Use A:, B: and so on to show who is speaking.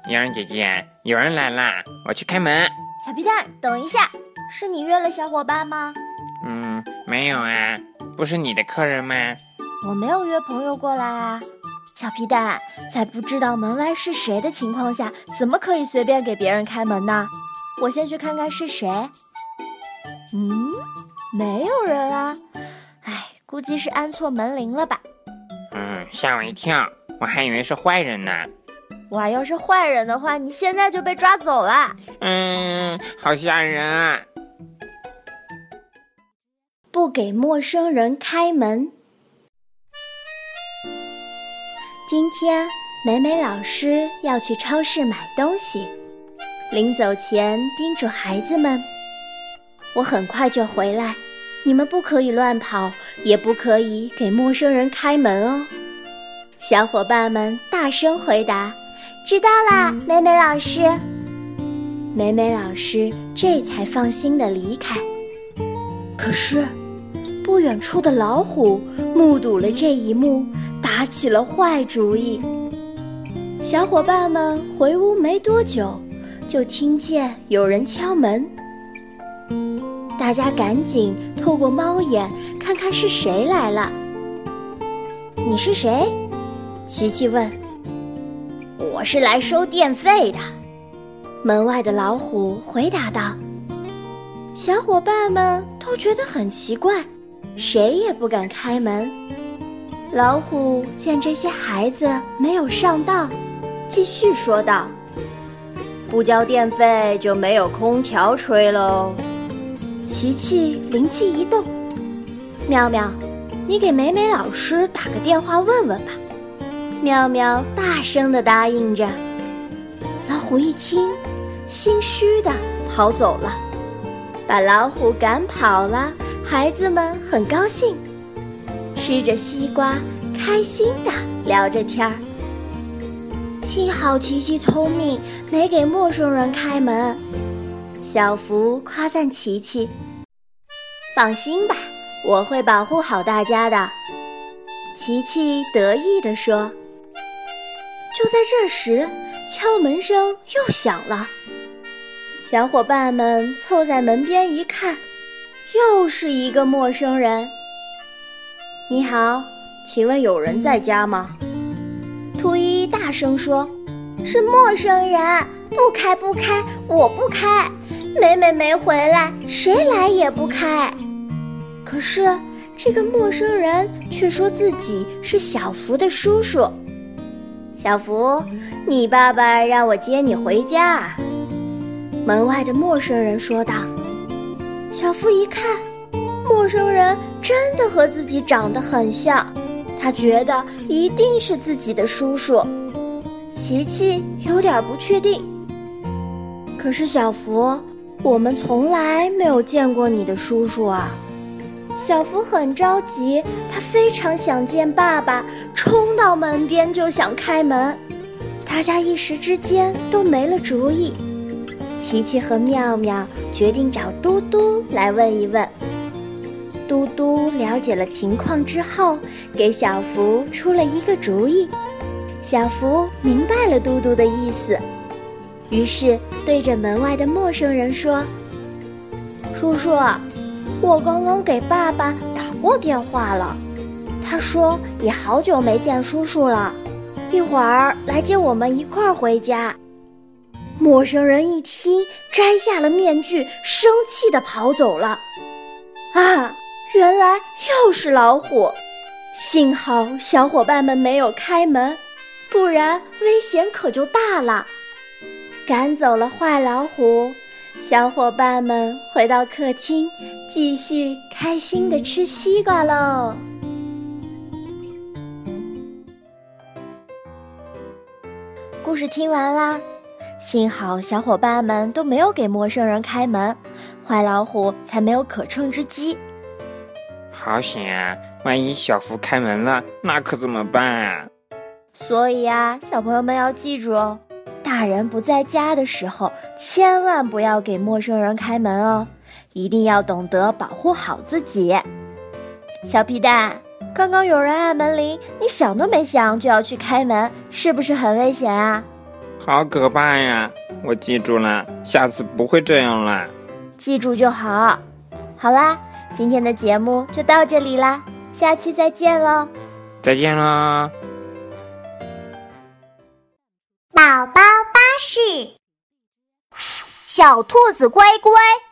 A: 羊人姐姐，有人来啦，我去开门。
B: 小皮蛋，等一下，是你约了小伙伴吗？
A: 没有啊，不是你的客人吗？
B: 我没有约朋友过来啊。小皮蛋，在不知道门外是谁的情况下，怎么可以随便给别人开门呢？我先去看看是谁。没有人啊。估计是按错门铃了吧。
A: 吓我一跳，我还以为是坏人呢。
B: 哇，要是坏人的话，你现在就被抓走了。
A: 好吓人啊。
B: 不给陌生人开门。今天美美老师要去超市买东西，临走前叮嘱孩子们，我很快就回来，你们不可以乱跑，也不可以给陌生人开门哦。小伙伴们大声回答，知道啦，美美老师。美美老师这才放心地离开。可是不远处的老虎目睹了这一幕，打起了坏主意。小伙伴们回屋没多久，就听见有人敲门。大家赶紧透过猫眼看看是谁来了。你是谁？琪琪问。我是来收电费的，门外的老虎回答道。小伙伴们都觉得很奇怪，谁也不敢开门。老虎见这些孩子没有上当，继续说道，不交电费就没有空调吹喽。琪琪灵机一动，妙妙，你给美美老师打个电话问问吧。妙妙大声地答应着。老虎一听，心虚地跑走了。把老虎赶跑了，孩子们很高兴，吃着西瓜，开心地聊着天儿。幸好琪琪聪明，没给陌生人开门。小福夸赞琪琪，放心吧，我会保护好大家的。琪琪得意地说。就在这时，敲门声又响了。小伙伴们凑在门边一看，又是一个陌生人。你好，请问有人在家吗？兔依依大声说，是陌生人，不开不开，我不开，美美没回来，谁来也不开。可是这个陌生人却说自己是小福的叔叔。小福，你爸爸让我接你回家。门外的陌生人说道。小福一看，陌生人真的和自己长得很像，他觉得一定是自己的叔叔。琪琪有点不确定。可是小福，我们从来没有见过你的叔叔啊。小福很着急，他非常想见爸爸，冲到门边就想开门。大家一时之间都没了主意。琪琪和妙妙决定找嘟嘟来问一问。嘟嘟了解了情况之后，给小福出了一个主意。小福明白了嘟嘟的意思，于是对着门外的陌生人说，叔叔，我刚刚给爸爸打过电话了，他说也好久没见叔叔了，一会儿来接我们一块儿回家。陌生人一听，摘下了面具，生气地跑走了。啊，原来又是老虎！幸好小伙伴们没有开门，不然危险可就大了。赶走了坏老虎，小伙伴们回到客厅，继续开心地吃西瓜喽。故事听完啦，幸好小伙伴们都没有给陌生人开门，坏老虎才没有可乘之机。
A: 好险啊，万一小福开门了，那可怎么办啊？
B: 所以啊，小朋友们要记住哦，大人不在家的时候，千万不要给陌生人开门哦，一定要懂得保护好自己。小皮蛋，刚刚有人按门铃，你想都没想就要去开门，是不是很危险啊？
A: 好可怕呀！我记住了，下次不会这样了。
B: 记住就好。好啦，今天的节目就到这里啦，下期再见喽！
A: 再见喽！
C: 宝宝巴士，小兔子乖乖。